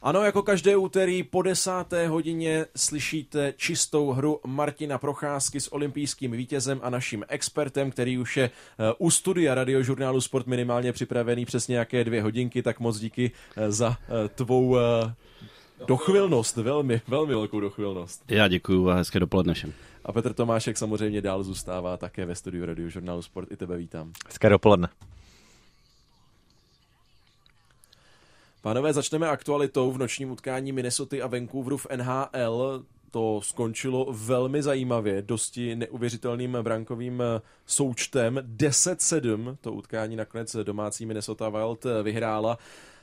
Ano, jako každé úterý po 10. hodině slyšíte čistou hru Martina Procházky s olympijským vítězem a naším expertem, který už je u studia radiožurnálu Sport minimálně připravený přes nějaké 2 hodinky, tak moc díky za tvou dochvilnost, velmi, velmi velkou dochvilnost. Já děkuju a hezké dopoledne všem. A Petr Tomášek samozřejmě dál zůstává také ve studiu radiožurnálu Sport. I tebe vítám. Hezké dopoledne. Pánové, začneme aktualitou v nočním utkání Minnesoty a Vancouveru v NHL. To skončilo velmi zajímavě, dosti neuvěřitelným brankovým součtem. 10-7 to utkání nakonec domácí Minnesota Wild vyhrála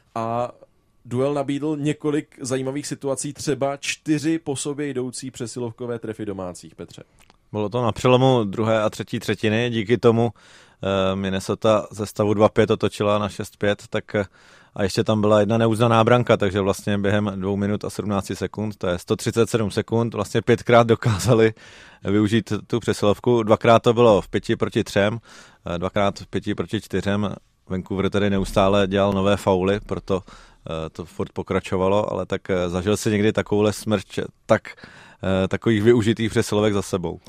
a duel nabídl několik zajímavých situací, třeba 4 po sobě jdoucí přesilovkové trefy domácích, Petře. Bylo to na přelomu druhé a třetí třetiny, díky tomu Minnesota ze stavu 2-5 otočila na 6-5, tak a ještě tam byla jedna neuznaná branka, takže vlastně během 2 minut a 17 sekund, to je 137 sekund, vlastně 5krát dokázali využít tu přesilovku, 2krát to bylo v 5-3, 2krát v 5-4, Vancouver tedy neustále dělal nové fauly, proto to furt pokračovalo, ale tak zažil si někdy takovouhle smrť takových využitých přesilovek za sebou.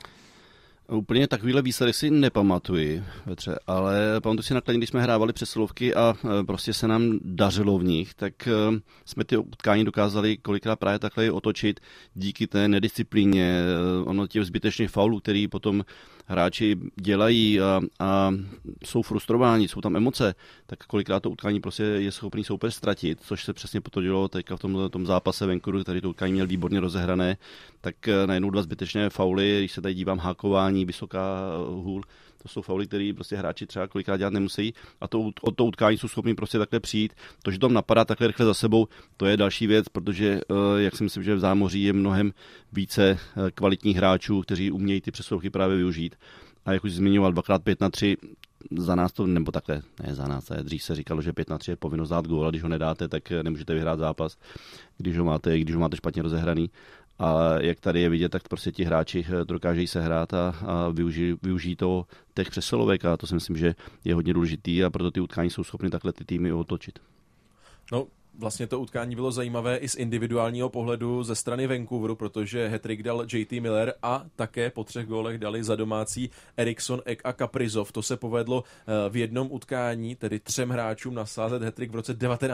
Úplně takovýhle výsledek si nepamatuji, Petře, ale pamatuji si nakladně, když jsme hrávali přesilovky a prostě se nám dařilo v nich, tak jsme ty utkání dokázali kolikrát právě takhle otočit díky té nedisciplíně, ono těch zbytečných faulů, který potom hráči dělají a jsou frustrováni, jsou tam emoce, tak kolikrát to utkání prostě je schopný soupeř ztratit, což se přesně potvrdilo teďka v tom zápase Vancouveru, který to utkání měl výborně rozehrané, tak najednou 2 zbytečné fauly, když se tady dívám hákování, vysoká hůl, to jsou fauly, které prostě hráči třeba kolikrát dělat nemusí a od toho utkání jsou schopni prostě takhle přijít. To, že tam napadá takhle rychle za sebou, to je další věc, protože jak si myslím, že v zámoří je mnohem více kvalitních hráčů, kteří umějí ty přesilovky právě využít. A jak už zmiňoval, 2x5-3 za nás to, nebo takhle, ne za nás, dřív se říkalo, že 5-3 je povinnost dát gól a když ho nedáte, tak nemůžete vyhrát zápas, když ho máte špatně rozehraný. A jak tady je vidět, tak prostě ti hráči to dokážejí sehrát a využijí to těch přesilovek a to si myslím, že je hodně důležitý a proto ty utkání jsou schopny takhle ty týmy otočit. No, vlastně to utkání bylo zajímavé i z individuálního pohledu ze strany Vancouveru, protože hat-trick dal JT Miller a také po 3 gólech dali za domácí Eriksson, Ek a Kaprizov. To se povedlo v jednom utkání, tedy 3 hráčům nasázet hat-trick v roce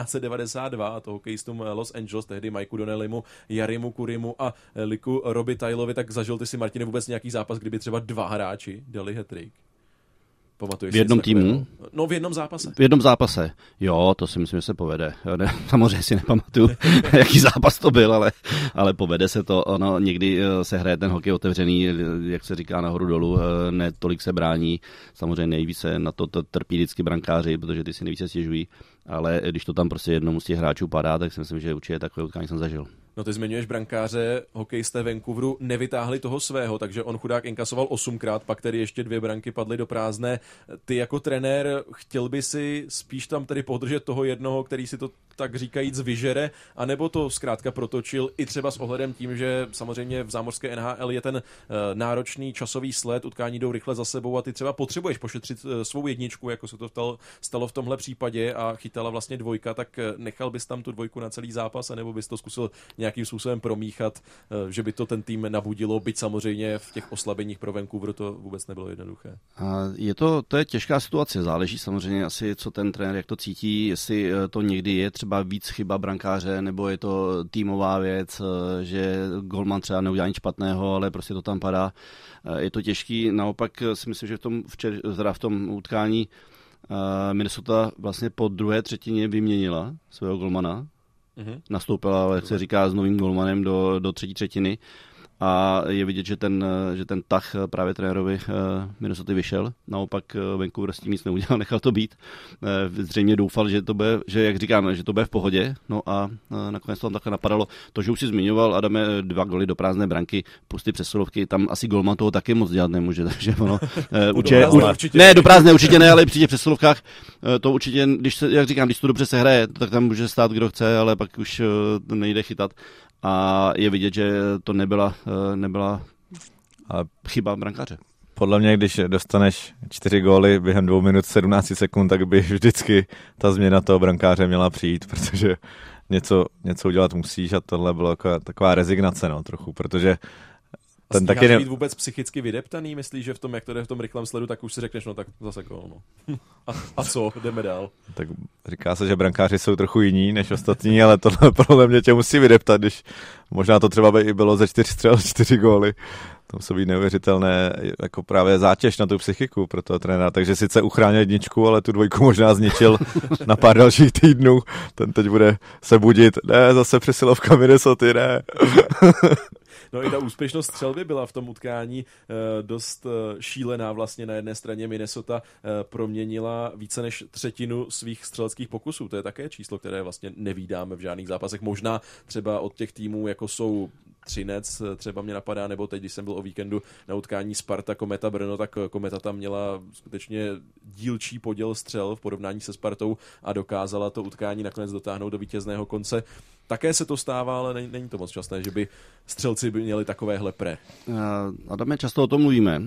1992 a to hokejistům Los Angeles, tehdy Mikeu Donnellymu, Jarimu Kurimu a Liku Robitailovi. Tak zažil ty si, Martine, vůbec nějaký zápas, kdyby třeba 2 hráči dali hat-trick? Pamatuješ v jednom týmu? No, v jednom zápase. V jednom zápase. Jo, to si myslím, že se povede. Samozřejmě si nepamatuju, jaký zápas to byl, ale povede se to. Ono, někdy se hraje ten hokej otevřený, jak se říká, nahoru dolů, ne tolik se brání. Samozřejmě nejvíce na to trpí vždycky brankáři, protože ty si nejvíce stěžují. Ale když to tam prostě jednomu z těch hráčů padá, tak si myslím, že určitě takové utkání jsem zažil. No, ty zmiňuješ brankáře, hokejisté Vancouveru nevytáhli toho svého, takže on chudák inkasoval 8krát, pak tedy ještě 2 branky padly do prázdné. Ty jako trenér chtěl by si spíš tam tedy podržet toho jednoho, který si to tak říkajíc vyžere, anebo to zkrátka protočil i třeba s ohledem tím, že samozřejmě v zámořské NHL je ten náročný časový sled, utkání jdou rychle za sebou a ty třeba potřebuješ pošetřit svou jedničku, jako se to stalo v tomhle případě a chytala vlastně 2, tak nechal bys tam tu 2 na celý zápas, anebo bys to zkusil nějakým způsobem promíchat, že by to ten tým nabudilo, byť samozřejmě v těch oslabeních pro Vancouver to vůbec nebylo jednoduché. A to je těžká situace, záleží samozřejmě asi, co ten trenér, jak to cítí, jestli to někdy je třeba víc chyba brankáře, nebo je to týmová věc, že golman třeba neudělá nic špatného, ale prostě to tam padá. Je to těžký, naopak si myslím, že v tom utkání Minnesota vlastně po 2. třetině vyměnila svého golmana. Nastoupila, jak se říká, s novým golmanem do 3. třetiny a je vidět, že ten tah právě trenérovi Minnesota vyšel. Naopak Vancouver s tím nic neudělal, nechal to být. Zřejmě doufal, že jak říkám, že to bude v pohodě. No a nakonec to tam takhle napadalo. To, že už si zmiňoval, Adame, 2 goly do prázdné branky, plus ty přesilovky, tam asi golman toho taky moc dělat nemůže, takže ono do prázdné určitě ne, ale při těch přesilovkách to určitě, jak říkám, když to dobře se hraje, tak tam může stát kdo chce, ale pak už nejde chytat. A je vidět, že to nebyla chyba brankáře. Podle mě, když dostaneš 4 góly během 2 minut 17 sekund, tak by vždycky ta změna toho brankáře měla přijít, protože něco udělat musíš a tohle bylo taková rezignace, no, trochu, protože ten taky být vůbec psychicky vydeptaný, myslíš, že v tom, jak to jde v tom rychlém sledu, tak už si řekneš, no tak zase no. A co, jdeme dál. Tak říká se, že brankáři jsou trochu jiní než ostatní, ale tohle podle mě tě musí vydeptat, když možná to třeba by i bylo ze 4 střel 4 góly. To musí být neuvěřitelné, jako právě zátěž na tu psychiku pro toho trenéra, takže sice uchránil 1, ale tu 2 možná zničil na pár dalších týdnů, ten teď bude se budit, ne, zase přesilovka Minnesota, ne. No i ta úspěšnost střelby byla v tom utkání dost šílená. Vlastně na jedné straně Minnesota proměnila více než 1/3 svých střeleckých pokusů. To je také číslo, které vlastně nevídáme v žádných zápasech. Možná třeba od těch týmů, jako jsou Třinec, třeba mě napadá, nebo teď, když jsem byl o víkendu na utkání Sparta Kometa Brno, tak Kometa tam měla skutečně dílčí podíl střel v porovnání se Spartou a dokázala to utkání nakonec dotáhnout do vítězného konce. Také se to stává, ale není to moc časté, že by střelci by měli takovéhle pre. Adame, často o tom mluvíme,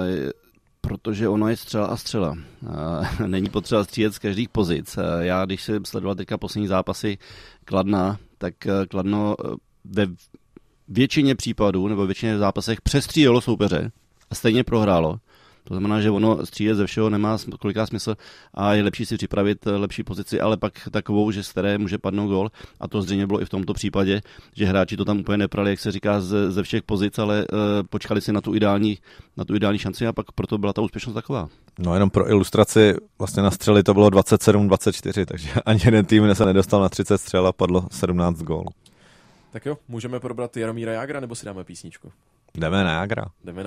protože ono je střela a střela. Není potřeba střílet z každých pozic. Já, když jsem sledoval teďka poslední zápasy Kladna, tak Kladno ve většině případů nebo většině zápasech přestřílelo soupeře a stejně prohrálo. To znamená, že ono střílet ze všeho nemá koliká smysl a je lepší si připravit lepší pozici, ale pak takovou, že z které může padnout gól. A to zřejmě bylo i v tomto případě, že hráči to tam úplně neprali, jak se říká, ze všech pozic, ale počkali si na tu ideální šanci a pak proto byla ta úspěšnost taková. No jenom pro ilustraci, vlastně na střely to bylo 27-24, takže ani jeden tým se nedostal na 30 střel a padlo 17 gólů. Tak jo, můžeme probrat Jaromíra Jágra, nebo si dáme písničku? Jdeme na Jágra.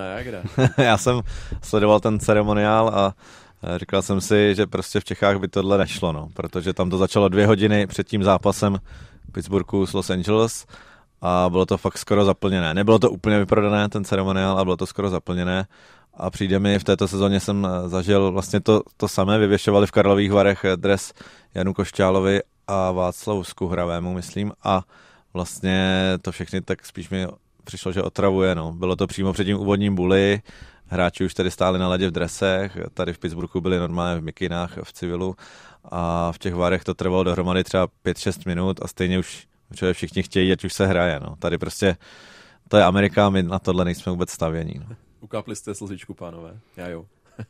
Já jsem sledoval ten ceremoniál a říkal jsem si, že prostě v Čechách by tohle nešlo, no, protože tam to začalo 2 hodiny před tím zápasem Pittsburghu s Los Angeles a bylo to fakt skoro zaplněné. Nebylo to úplně vyprodané, ten ceremoniál, a bylo to skoro zaplněné. A přijde mi, v této sezóně jsem zažil vlastně to samé, vyvěšovali v Karlových Varech dres Janu Košťálovi a Václavu Skuhravému, myslím, a vlastně to všechny tak spíš mi přišlo, že otravuje. No. Bylo to přímo před tím úvodním bully, hráči už tady stáli na ledě v dresech, tady v Pittsburghu byli normálně v mikinách, v civilu a v těch Varech to trvalo dohromady třeba 5-6 minut a stejně už všichni chtějí, ať už se hraje. No. Tady prostě to je Amerika, my na tohle nejsme vůbec stavění. No. Ukápli jste slzičku, pánové? Já jo.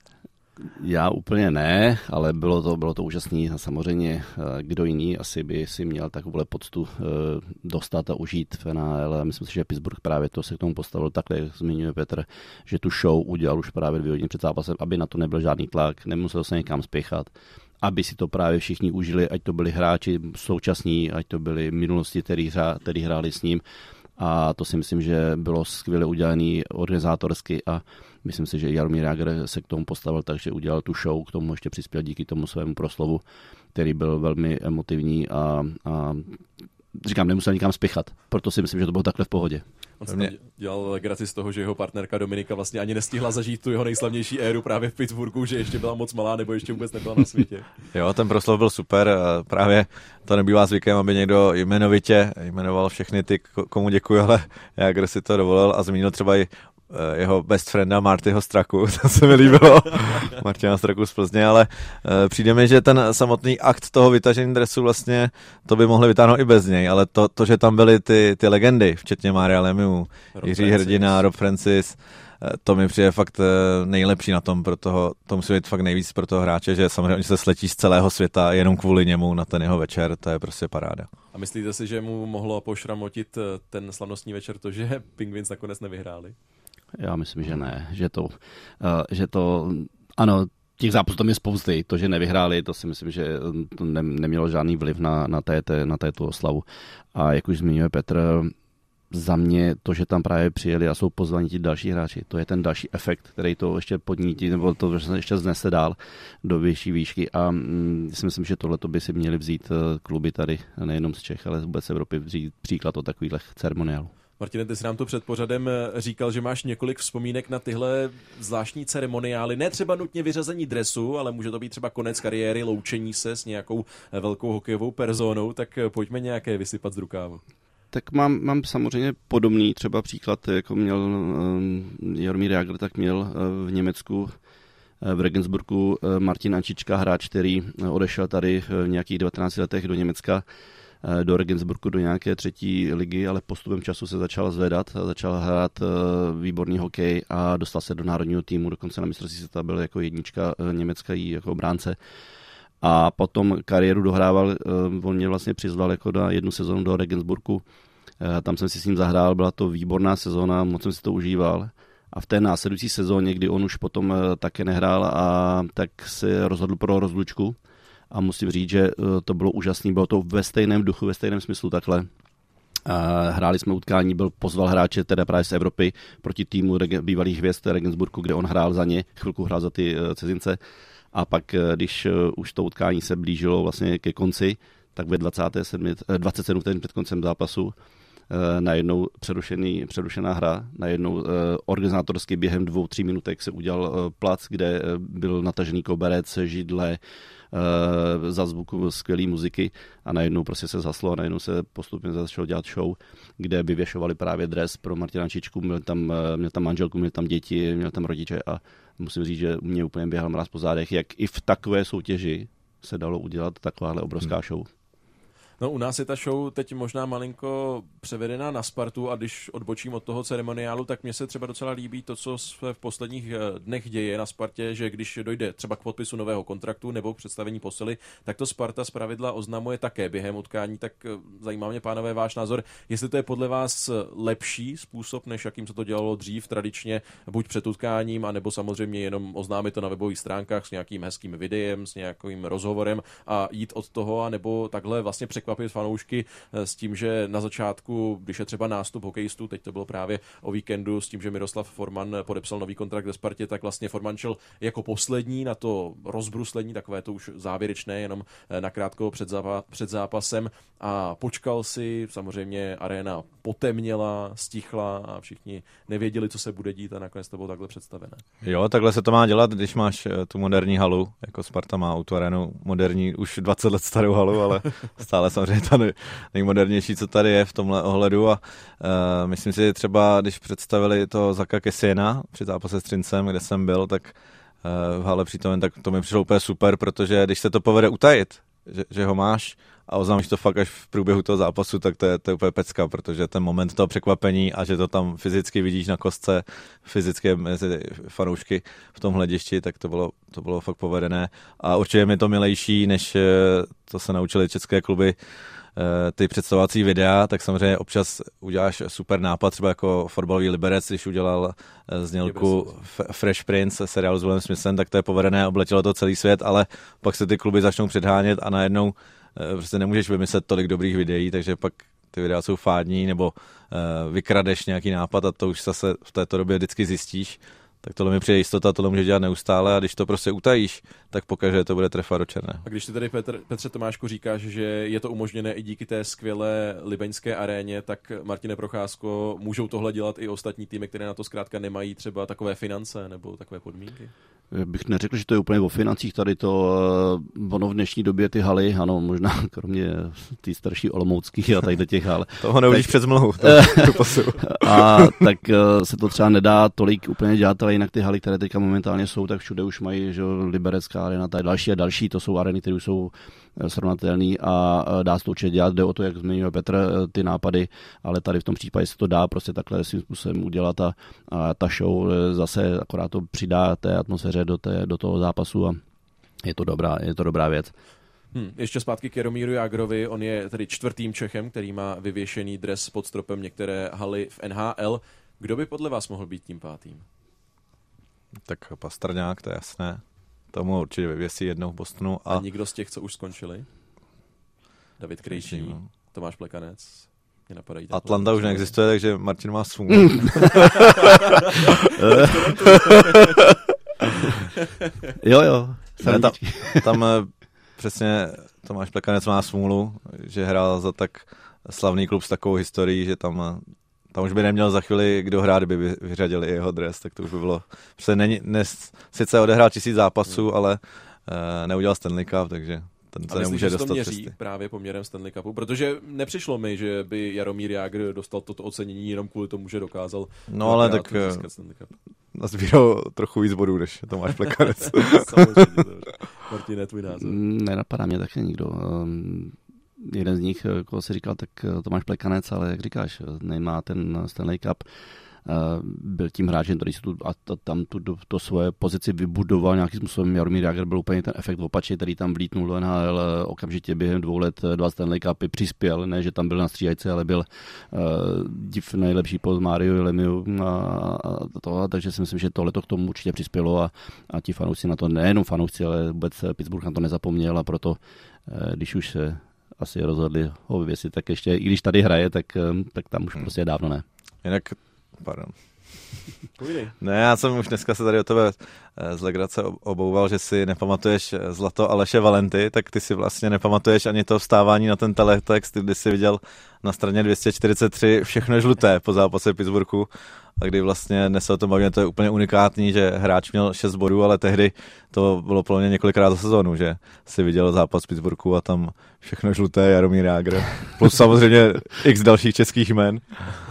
Já úplně ne, ale bylo to úžasný a samozřejmě kdo jiný asi by si měl takovou poctu dostat a užít v NHL. A myslím si, že Pittsburgh právě to se k tomu postavil takhle, jak zmiňuje Petr, že tu show udělal už právě 2 hodiny před zápasem, aby na to nebyl žádný tlak, nemusel se někam spěchat, aby si to právě všichni užili, ať to byli hráči současní, ať to byli minulosti, který hráli s ním. A to si myslím, že bylo skvěle udělané organizátorsky a myslím si, že Jaromír Jágr se k tomu postavil, takže udělal tu show, k tomu ještě přispěl díky tomu svému proslovu, který byl velmi emotivní a říkám, nemusel nikam spěchat, proto si myslím, že to bylo takhle v pohodě. On se dělal legraci z toho, že jeho partnerka Dominika vlastně ani nestihla zažít tu jeho nejslavnější éru právě v Pittsburghu, že ještě byla moc malá nebo ještě vůbec nebyla na světě. Jo, ten proslov byl super, právě to nebývá zvykem, aby někdo jmenovitě jmenoval všechny ty, komu děkuji, ale Jágr si to dovolil a zmínil třeba i jeho best frienda Martyho Straku, to se mi líbilo, Martina Straku z Plzně, ale přijde mi, že ten samotný akt toho vytažení dresu vlastně, to by mohli vytáhnout i bez něj, ale to že tam byly ty legendy, včetně Maria Lemieux, Jiří Hrdina, Rob Francis, to mi přijde fakt nejlepší na tom, to musí být fakt nejvíc pro toho hráče, že samozřejmě oni se sletí z celého světa jenom kvůli němu na ten jeho večer, to je prostě paráda. A myslíte si, že mu mohlo pošramotit ten slavnostní večer to, že Penguins nakonec nevyhráli? Já myslím, že ne, že to ano, těch zápasů tam je spousty, to, že nevyhráli, to si myslím, že to nemělo žádný vliv na této oslavu. A jak už zmiňuje Petr, za mě to, že tam právě přijeli a jsou pozvaní ti další hráči, to je ten další efekt, který to ještě podnítí, nebo to ještě znese dál do vyšší výšky a si myslím, že tohleto by si měli vzít kluby tady, nejenom z Čech, ale vůbec z Evropy, vzít příklad o takovýchhle ceremoniálů. Martine, ty jsi nám tu před pořadem říkal, že máš několik vzpomínek na tyhle zvláštní ceremoniály. Ne třeba nutně vyřazení dresu, ale může to být třeba konec kariéry, loučení se s nějakou velkou hokejovou personou, tak pojďme nějaké vysypat z rukávu. Tak mám samozřejmě podobný třeba příklad, jako měl Jaromír Jágr, tak měl v Německu v Regensburgu Martin Ančička, hráč, který odešel tady v nějakých 19 letech do Německa do Regensburgu, do nějaké 3. ligy, ale postupem času se začal zvedat, začal hrát výborný hokej a dostal se do národního týmu, dokonce na mistrovství světa byl jako jednička německé jako obránce. A potom kariéru dohrával, on mě vlastně přizval jako na 1 sezonu do Regensburgu. Tam jsem si s ním zahrál, byla to výborná sezóna, moc jsem si to užíval. A v té následující sezóně, kdy on už potom také nehrál, a tak se rozhodl pro rozlučku. A musím říct, že to bylo úžasné, bylo to ve stejném duchu, ve stejném smyslu takhle. A hráli jsme utkání, pozval hráče teda právě z Evropy proti týmu bývalých hvězd Regensburgu, kde on hrál za ně, chvilku hrál za ty cizince. A pak, když už to utkání se blížilo vlastně ke konci, tak ve 27 vteřin před koncem zápasu najednou přerušená hra, najednou organizátorsky během 2-3 minutek se udělal plac, kde byl natažený koberec, židle, za zvuku skvělé muziky a najednou prostě se zhaslo a najednou se postupně začalo dělat show, kde vyvěšovali právě dres pro Martina Čičku, měl tam manželku, měl tam děti, měl tam rodiče a musím říct, že mě úplně běhal mráz po zádech, jak i v takové soutěži se dalo udělat takováhle obrovská show. No, u nás je ta show teď možná malinko převedená na Spartu a když odbočím od toho ceremoniálu, tak mně se třeba docela líbí to, co se v posledních dnech děje na Spartě, že když dojde třeba k podpisu nového kontraktu nebo k představení posily, tak to Sparta zpravidla oznamuje také během utkání, tak zajímá mě, pánové, váš názor, jestli to je podle vás lepší způsob, než jakým se to dělalo dřív tradičně, buď před utkáním, anebo samozřejmě jenom oznámit to na webových stránkách s nějakým hezkým videem, s nějakým rozhovorem a jít od toho, anebo takhle vlastně překvapit fanoušky s tím, že na začátku, když je třeba nástup hokejistů, teď to bylo právě o víkendu s tím, že Miroslav Forman podepsal nový kontrakt ve Spartě, tak vlastně Forman šel jako poslední na to rozbruslení, takové to už závěrečné, jenom nakrátko před zápasem a počkal si, samozřejmě aréna potemněla, stichla a všichni nevěděli, co se bude dít a nakonec to bylo takhle představené. Jo, takhle se to má dělat, když máš tu moderní halu, jako Sparta má tu arénu moderní, už 20 let starou halu, ale stále samozřejmě ta nejmodernější, co tady je v tomhle ohledu a myslím si, třeba když představili to Zaka Kessiena při zápase s Třincem, kde jsem byl, tak v hale přítomen, tak to mi přišlo úplně super, protože když se to povede utajit, že ho máš a oznámíš to fakt až v průběhu toho zápasu, tak to je úplně pecka, protože ten moment toho překvapení a že to tam fyzicky vidíš na kostce, fyzicky mezi fanoušky v tom hledišti, tak to bylo fakt povedené a určitě mi to milejší, než to se naučili české kluby, ty představovací videa, tak samozřejmě občas uděláš super nápad, třeba jako fotbalový Liberec, když udělal znělku Fresh Prince, seriálu s Willem Smithem, tak to je povedené, obletělo to celý svět, ale pak se ty kluby začnou předhánět a najednou prostě nemůžeš vymyslet tolik dobrých videí, takže pak ty videa jsou fádní, nebo vykradeš nějaký nápad a to už zase v této době vždycky zjistíš. Tak tohle mi přijde jistota, tohle může dělat neustále a když to prostě utajíš, tak pokaždé to bude trefa do černé. A když ty tady, Petře Tomášku, říkáš, že je to umožněné i díky té skvělé libeňské aréně, tak Martine Procházko, můžou tohle dělat i ostatní týmy, které na to zkrátka nemají třeba takové finance nebo takové podmínky? Bych neřekl, že to je úplně o financích, tady to, ono v dnešní době ty haly, ano, možná kromě ty starší olomouckých a tady těch hal. Toho neuvidíš před smlouvu. A tak se to třeba nedá tolik úplně dělat, ale jinak ty haly, které teďka momentálně jsou, tak všude už mají, že Liberecká arena, tady další a další, to jsou areny, které už jsou srovnatelné a dá se to určitě dělat, jde o to, jak zmiňuje Petr, ty nápady, ale tady v tom případě se to dá prostě takhle svým způsobem udělat a ta show zase akorát to přidá té atmosféře do toho zápasu a je to dobrá věc. Ještě zpátky k Jaromíru Jágrovi, on je tedy 4. Čechem, který má vyvěšený dres pod stropem některé haly v NHL. Kdo by podle vás mohl být tím 5.? Tak Pastrňák, to je jasné. Tomu určitě vyvěsí jednou v Bostonu. A nikdo z těch, co už skončili? David Krejčí, Tomáš Plekanec? Atlanta už neexistuje, takže Martin má smůlu. Jo. Tam přesně Tomáš Plekanec má smůlu, že hrál za tak slavný klub s takovou historií, že tam už by neměl za chvíli kdo hrát, kdyby vyřadili jeho dres, tak to už by bylo. Sice odehrál 1000 zápasů, ale neudělal Stanley Cup, takže ten se nemůže dostat. A myslíš, že to měří právě poměrem Stanley Cupu? Protože nepřišlo mi, že by Jaromír Jágr dostal toto ocenění jenom kvůli tomu, že dokázal ale tak nazbíral trochu víc bodů, než Tomáš Plekanec. Samozřejmě, Martine, tvůj názor. Nenapadá mě také nikdo. jeden z nich, koho si říkal, tak Tomáš Plekanec, ale jak říkáš, nemá ten Stanley Cup. Byl tím hráčem, který si tam to svoje pozici vybudoval nějakým způsobem. Jaromír Jágr byl úplně ten efekt opačný, který tam vlítnul do NHL, okamžitě během 2 let 2 Stanley Cupy přispěl, ne, že tam byl na střídačce, ale byl div nejlepší po Máriu Lemiu a toho, takže si myslím, že tohleto k tomu určitě přispělo a ti fanoušci na to, nejenom fanoušci, ale vůbec Pittsburgh na to nezapomněl a proto, když už se asi rozhodli ho vyvěsit, tak ještě, i když tady hraje, tak tam už prostě dávno ne. Jinak Ne, já jsem už dneska se tady o tebe z legrace obouval, že si nepamatuješ zlato Aleše Valenty, tak ty si vlastně nepamatuješ ani to vstávání na ten teletext, kdy jsi viděl na straně 243 všechno žluté po zápase Pittsburghu a kdy vlastně dnes se o tom bavíme, to je úplně unikátní, že hráč měl 6 bodů, ale tehdy to bylo podle mě několikrát za sezónu, že si viděl zápas Pittsburghu a tam všechno žluté, Jaromír Jágr, plus samozřejmě x dalších českých jmen.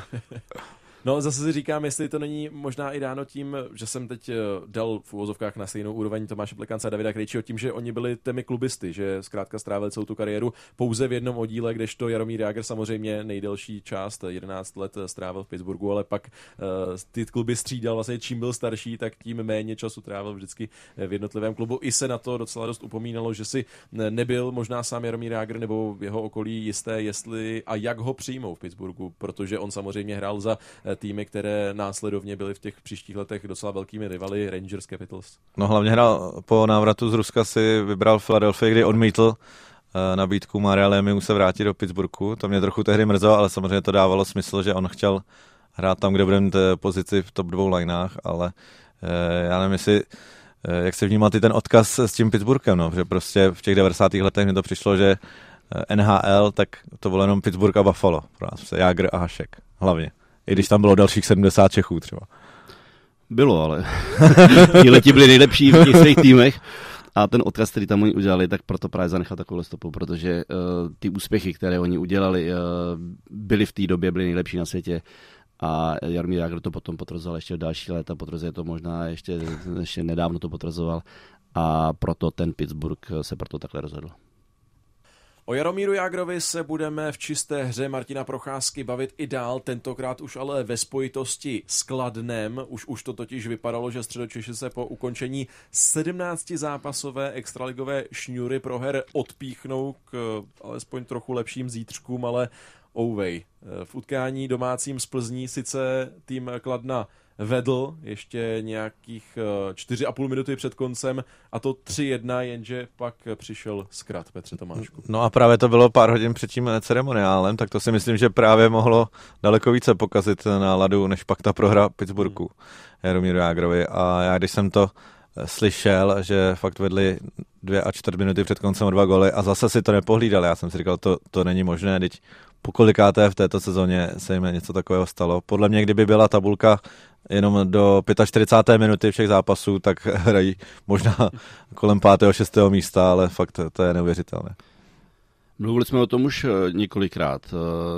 No zase si říkám, jestli to není možná i dáno tím, že jsem teď dal v uvozovkách na stejnou úroveň Tomáše Plekance a Davida Krejčího tím, že oni byli těmi klubisty, že zkrátka strávili celou tu kariéru pouze v jednom oddíle, kdežto Jaromír Jágr samozřejmě nejdelší část, 11 let strávil v Pittsburghu, ale pak ty kluby střídal vlastně čím byl starší, tak tím méně času trávil vždycky v jednotlivém klubu. I se na to docela dost upomínalo, že si nebyl možná sám Jaromír Jágr nebo jeho okolí jisté, jestli a jak ho přijmou v Pittsburghu, protože on samozřejmě hrál za týmy, které následovně byly v těch příštích letech docela velkými rivaly, Rangers, Capitals. No hlavně hrál po návratu z Ruska si vybral Philadelphia, kdy odmítl nabídku Maria Lemieux se vrátit do Pittsburghu. To mě trochu tehdy mrzelo, ale samozřejmě to dávalo smysl, že on chtěl hrát tam, kde bude mít pozici v top 2 lineách, ale já nevím, jestli jak se vnímal ty ten odkaz s tím Pittsburghem, no, že prostě v těch 90. letech mi to přišlo, že NHL, tak to bylo jenom Pittsburgh a Buffalo, pro nás, Jágr a Hašek, hlavně. I když tam bylo dalších 70 Čechů třeba. Bylo, ale ti byli nejlepší v těch svých týmech a ten odkaz, který tam oni udělali, tak proto právě zanechal takovou stopu, protože ty úspěchy, které oni udělali, byly v té době, byly nejlepší na světě a Jaromír Jágr to potom potvrzoval ještě další léta, potvrzuje to možná ještě nedávno to potvrzoval a proto ten Pittsburgh se proto takhle rozhodl. O Jaromíru Jágrovi se budeme v čisté hře Martina Procházky bavit i dál, tentokrát už ale ve spojitosti s Kladnem. Už to totiž vypadalo, že Středočeši se po ukončení 17 zápasové extraligové šňůry proher odpíchnou k alespoň trochu lepším zítřkům, ale ouvej. V utkání domácím z Plzní sice tým Kladna vedl ještě nějakých 4,5 minuty před koncem a to 3-1, jenže pak přišel zkrat, Petře Tomášku. No a právě to bylo pár hodin před tím ceremoniálem, tak to si myslím, že právě mohlo daleko více pokazit náladu, než pak ta prohra Pittsburghu Jaromíru Jágrovi. A já když jsem to slyšel, že fakt vedli 2,25 minuty před koncem o 2 góly a zase si to nepohlídali, já jsem si říkal, to není možné, teď pokolikáté v této sezóně se jim něco takového stalo. Podle mě, kdyby byla tabulka jenom do 45. minuty všech zápasů, tak hrají možná kolem 5. 6. místa, ale fakt to je neuvěřitelné. Mluvili jsme o tom už několikrát.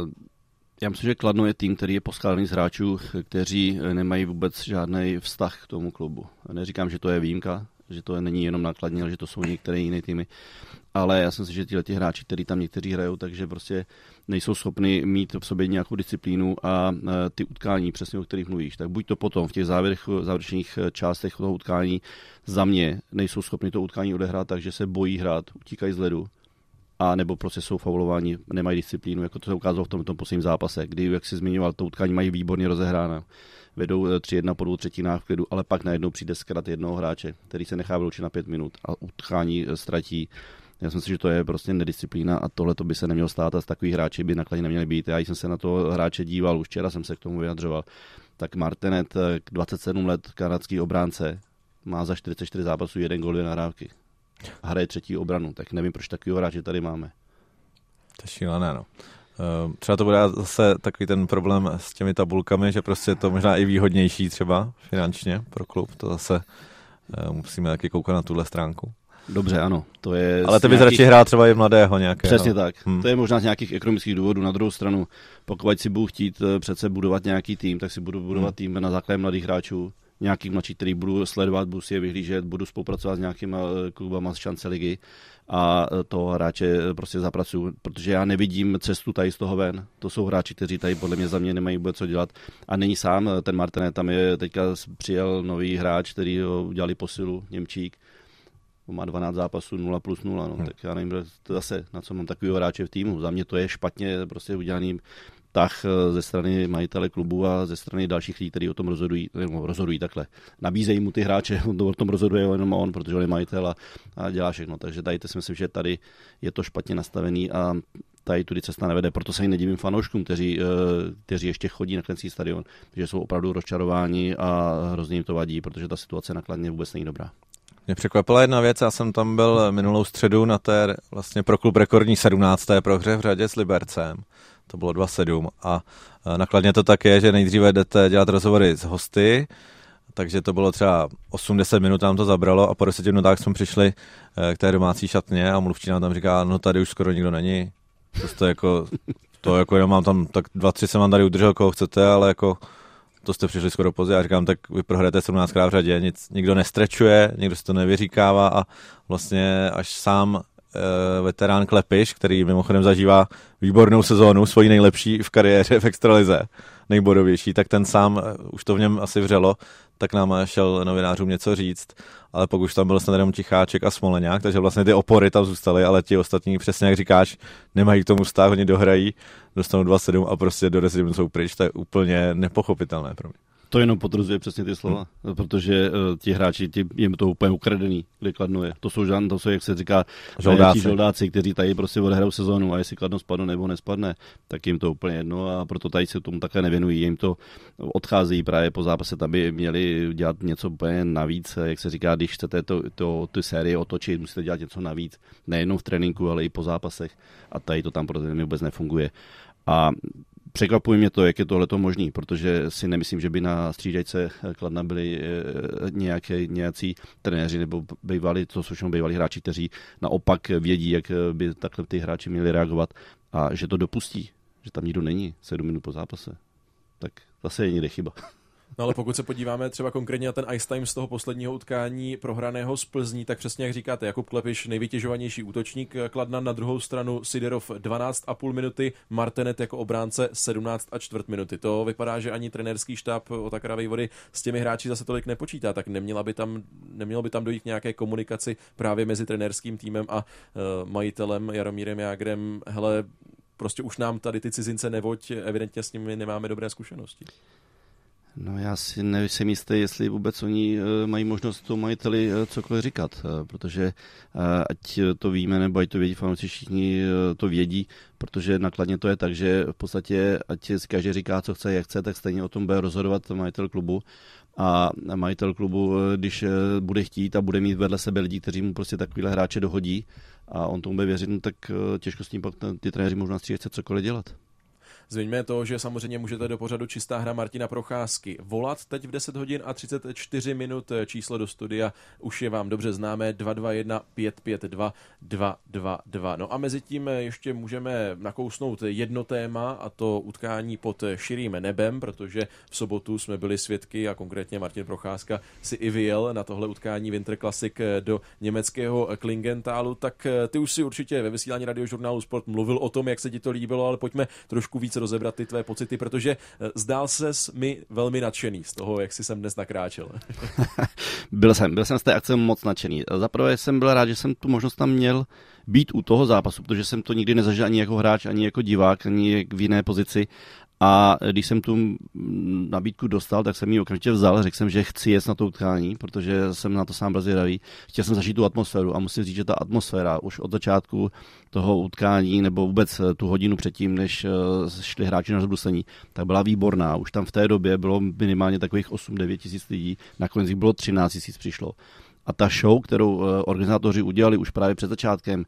Já myslím, že Kladno je tým, který je poskládaný z hráčů, kteří nemají vůbec žádný vztah k tomu klubu. Neříkám, že to je výjimka, že to není jenom na Kladně, ale že to jsou některé jiné týmy. Ale já jsem si, že ti hráči, kteří tam někteří hrajou, takže prostě nejsou schopni mít v sobě nějakou disciplínu a ty utkání, přesně o kterých mluvíš, tak buď to potom v těch závěrečných částech toho utkání za mě nejsou schopni to utkání odehrát, takže se bojí hrát, utíkají z ledu, a nebo prostě jsou faulováni, nemají disciplínu, jako to se ukázalo v tom posledním zápase, kdy, jak jsi zmiňoval, to utkání mají výborně rozehráno. Vedou 3-1 po 2/3 v klidu, ale pak najednou přijde zkrat jednoho hráče, který se nechá vyloučit na 5 minut a utkání ztratí. Já si myslím, že to je prostě nedisciplína a tohle to by se nemělo stát a takový hráči by nakladně neměli být. Já jsem se na toho hráče díval, už včera jsem se k tomu vyjadřoval. Tak Martinet, 27 let, kanadský obránce, má za 44 zápasů 1 gól, 2 nahrávky. Hraje 3. obranu, tak nevím, proč takovýho hráče tady máme. To je šílené, no. Třeba to bude zase takový ten problém s těmi tabulkami, že prostě je to možná i výhodnější třeba finančně pro klub. To zase musíme taky koukat na tuhle stránku. Dobře, ano. To je ale ty bys radši hrál třeba i mladého nějakého. Přesně tak. To je možná z nějakých ekonomických důvodů. Na druhou stranu, pokud si budu chtít přece budovat nějaký tým, tak si budu budovat tým na základě mladých hráčů, nějakých mladších, který budu sledovat, budu si je vyhlížet, budu spolupracovat s nějakýma klubama z šance ligy a toho hráče prostě zapracuju, protože já nevidím cestu tady z toho ven. To jsou hráči, kteří tady podle mě za mě nemají vůbec co dělat a není sám, ten Martinet, tam je teďka přijel nový hráč, který ho udělali posilu, Němčík, má 12 zápasů 0+0, no, tak já nevím zase, na co mám takového hráče v týmu. Za mě to je špatně prostě udělaný tah ze strany majitele klubu a ze strany dalších lidí, kteří o tom rozhodují takhle. Nabízejí mu ty hráče, on o tom rozhoduje jenom on, protože on je majitel a dělá všechno. Takže tady si myslím, že tady je to špatně nastavený a tady tudy cesta nevede. Proto se nedivím fanouškům, kteří ještě chodí na Klenský stadion, že jsou opravdu rozčarováni a hrozně jim to vadí, protože ta situace na Kladně vůbec není dobrá. Mě překvapila jedna věc, já jsem tam byl minulou středu na té vlastně pro klub rekordní 17. prohře v řadě s Libercem. To bylo 2-7 a nakladně to tak je, že nejdříve jdete dělat rozhovory s hosty, takže to bylo třeba 80 minut nám to zabralo a po 10 minutách jsme přišli k té domácí šatně a mluvčí nám tam říká, no tady už skoro nikdo není. To jako já mám tam, tak 2-3 jsem vám tady udržel, koho chcete, ale jako to jste přišli skoro pozdě. Já říkám, tak vy prohrajete 17krát v řadě, nikdo nestrečuje, nikdo si to nevyříkává a vlastně až sám veterán Klepiš, který mimochodem zažívá výbornou sezónu, svoji nejlepší v kariéře v extralize, nejbodovější, tak ten sám, už to v něm asi vřelo, tak nám šel novinářům něco říct, ale pokud už tam byl snad jenom Ticháček a Smoleňák, takže vlastně ty opory tam zůstaly, ale ti ostatní, přesně jak říkáš, nemají k tomu vztah, oni dohrají, dostanou 2-7 a prostě do 10 minut jsou pryč, to je úplně nepochopitelné pro mě. To jenom potvrzuje přesně ty slova, protože ti hráči, jim to úplně ukradený, kde Kladno je. To jsou, jak se říká, žoldáci, kteří tady prostě odehrajou sezónu a jestli Kladno spadne nebo nespadne, tak jim to úplně jedno a proto tady se tomu také nevěnují. Jim to odchází právě po zápase, tam by měli dělat něco úplně navíc, jak se říká, když chcete ty série otočit, musíte dělat něco navíc, nejenom v tréninku, ale i po zápasech a tady to tam pro mě vůbec nefunguje. A překvapuje mě to, jak je tohleto možný, protože si nemyslím, že by na střídačce Kladna byli nějací trenéři nebo to jsou všechno bývalí hráči, kteří naopak vědí, jak by takhle ty hráči měli reagovat a že to dopustí, že tam nikdo není 7 minut po zápase. Tak zase je někde chyba. No ale pokud se podíváme třeba konkrétně na ten ice time z toho posledního utkání prohraného z Plzní, tak přesně jak říkáte, Jakub Klepiš nejvytěžovanější útočník Kladna, na druhou stranu Siderov 12,5 minuty, Martinet jako obránce 17,25 minuty. To vypadá, že ani trenérský štáb Otakara Vejvody s těmi hráči zase tolik nepočítá, tak nemělo by tam dojít k nějaké komunikaci právě mezi trenérským týmem a majitelem Jaromírem Jágrem. Hele, prostě už nám tady ty cizince nevoď, evidentně s nimi nemáme dobré zkušenosti. No já si nejsem jistý, jestli vůbec oni mají možnost tomu majiteli cokoliv říkat, protože ať to víme, nebo ať to vědí fanoušci, všichni to vědí, protože nakladně to je tak, že v podstatě ať každý říká, co chce, jak chce, tak stejně o tom bude rozhodovat majitel klubu. A majitel klubu, když bude chtít a bude mít vedle sebe lidi, kteří mu prostě takovýhle hráče dohodí a on tomu bude věřit, no, tak těžko s ním pak ty trenéři možná chce cokoliv dělat. Zmiňme to, že samozřejmě můžete do pořadu Čistá hra Martina Procházky volat teď v 10 hodin a 34 minut. Číslo do studia už je vám dobře známé 221 552 222. No a mezi tím ještě můžeme nakousnout jedno téma, a to utkání pod širým nebem, protože v sobotu jsme byli svědky a konkrétně Martin Procházka si i vyjel na tohle utkání Winter Classic do německého Klingentálu. Tak ty už si určitě ve vysílání Radiožurnálu Sport mluvil o tom, jak se ti to líbilo, ale pojďme trošku víc rozebrat ty tvé pocity, protože zdál ses mi velmi nadšený z toho, jak jsi sem dnes nakráčel. Byl jsem z té akce moc nadšený. Zaprvé jsem byl rád, že jsem tu možnost tam měl být u toho zápasu, protože jsem to nikdy nezažil ani jako hráč, ani jako divák, ani v jiné pozici. A když jsem tu nabídku dostal, tak jsem ji okamžitě vzal, řekl jsem, že chci jet na to utkání, protože jsem na to sám brzy zvědavý. Chtěl jsem zažít tu atmosféru a musím říct, že ta atmosféra už od začátku toho utkání nebo vůbec tu hodinu předtím, než šli hráči na rozbrusení, tak byla výborná. Už tam v té době bylo minimálně takových 8-9 tisíc lidí, nakonec jich bylo 13 tisíc přišlo. A ta show, kterou organizátoři udělali už právě před začátkem,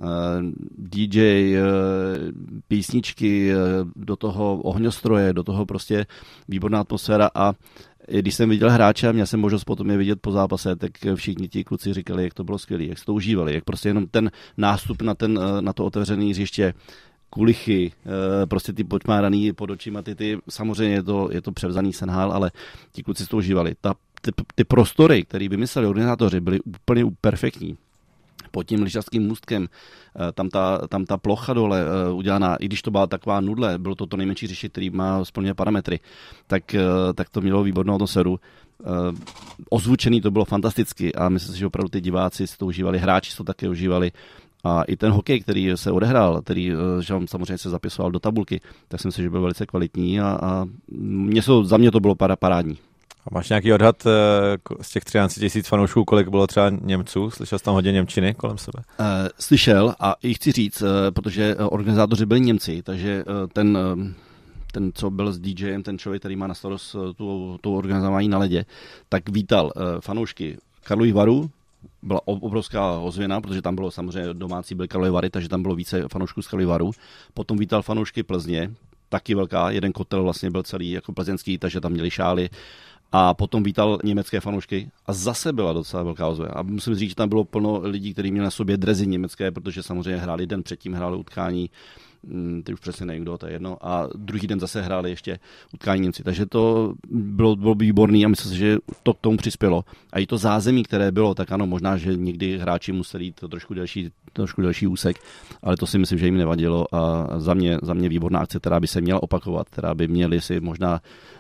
DJ, písničky, do toho ohňostroje, do toho prostě výborná atmosféra a když jsem viděl hráče a měl jsem možnost potom je vidět po zápase, tak všichni ti kluci říkali, jak to bylo skvělé, jak se to užívali, jak prostě jenom ten nástup na to otevřené hřiště, kulichy, prostě ty počmáraný pod očima, ty samozřejmě je to převzaný senhál, ale ti kluci si to užívali. Ta ty prostory, které vymysleli organizátoři, byly úplně perfektní. Pod tím lyžařským můstkem, tam ta plocha dole udělaná, i když to byla taková nudle, bylo to nejmenší řešení, který má splněné parametry, tak to mělo výbornou atmosféru. Ozvučený to bylo fantasticky a myslím si, že opravdu ty diváci si to užívali, hráči si to také užívali. A i ten hokej, který se odehrál, který že samozřejmě se zapisoval do tabulky, tak si myslím, že byl velice kvalitní a za mě to bylo parádní. A máš nějaký odhad z těch 13 000 fanoušků, kolik bylo třeba Němců? Slyšel jsi tam hodně němčiny kolem sebe? Slyšel a i chci říct, protože organizátoři byli Němci, takže ten, co byl s DJem, ten člověk, který má na starost tu organizování na ledě, tak vítal fanoušky Karlových Varů. Byla obrovská ozvěna, protože tam bylo samozřejmě domácí byly Karlovy Vary, takže tam bylo více fanoušků z Karlových Varů. Potom vítal fanoušky Plzně, taky velká, jeden kotel vlastně byl celý jako plzeňský, takže tam měli šály. A potom vítal německé fanoušky a zase byla docela velká ozvěna. A musím říct, že tam bylo plno lidí, kteří měli na sobě dresy německé, protože samozřejmě hráli den předtím, hráli utkání, teď už přesně nevím kdo, to je jedno, a druhý den zase hráli ještě utkání Němci. Takže to bylo výborný a myslím si, že to k tomu přispělo. A i to zázemí, které bylo, tak ano, možná, že někdy hráči museli jít trošku delší úsek, ale to si myslím, že jim nevadilo a za mě výborná akce, která by se měla opakovat, která by měli si možná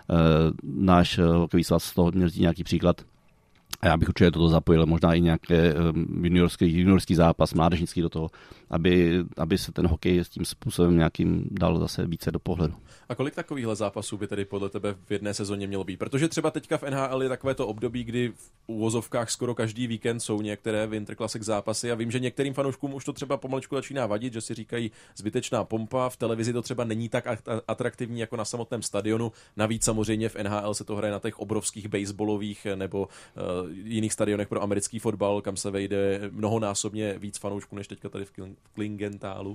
náš hokejový svaz z toho měl nějaký příklad. A já bych určitě toto zapojil, možná i nějaké juniorský zápas, mládežnický do toho, aby se ten hokej s tím způsobem nějakým dal zase více do pohledu. A kolik takovýchhle zápasů by tedy podle tebe v jedné sezóně mělo být? Protože třeba teďka v NHL je takovéto období, kdy v uvozovkách skoro každý víkend jsou některé Winter Classic zápasy a vím, že některým fanouškům už to třeba pomaličku začíná vadit, že si říkají zbytečná pompa, v televizi to třeba není tak atraktivní jako na samotném stadionu. Navíc samozřejmě v NHL se to hraje na těch obrovských baseballových nebo jiných stadionech pro americký fotbal, kam se vejde mnohonásobně víc fanoušků než teďka tady v Klingentálu.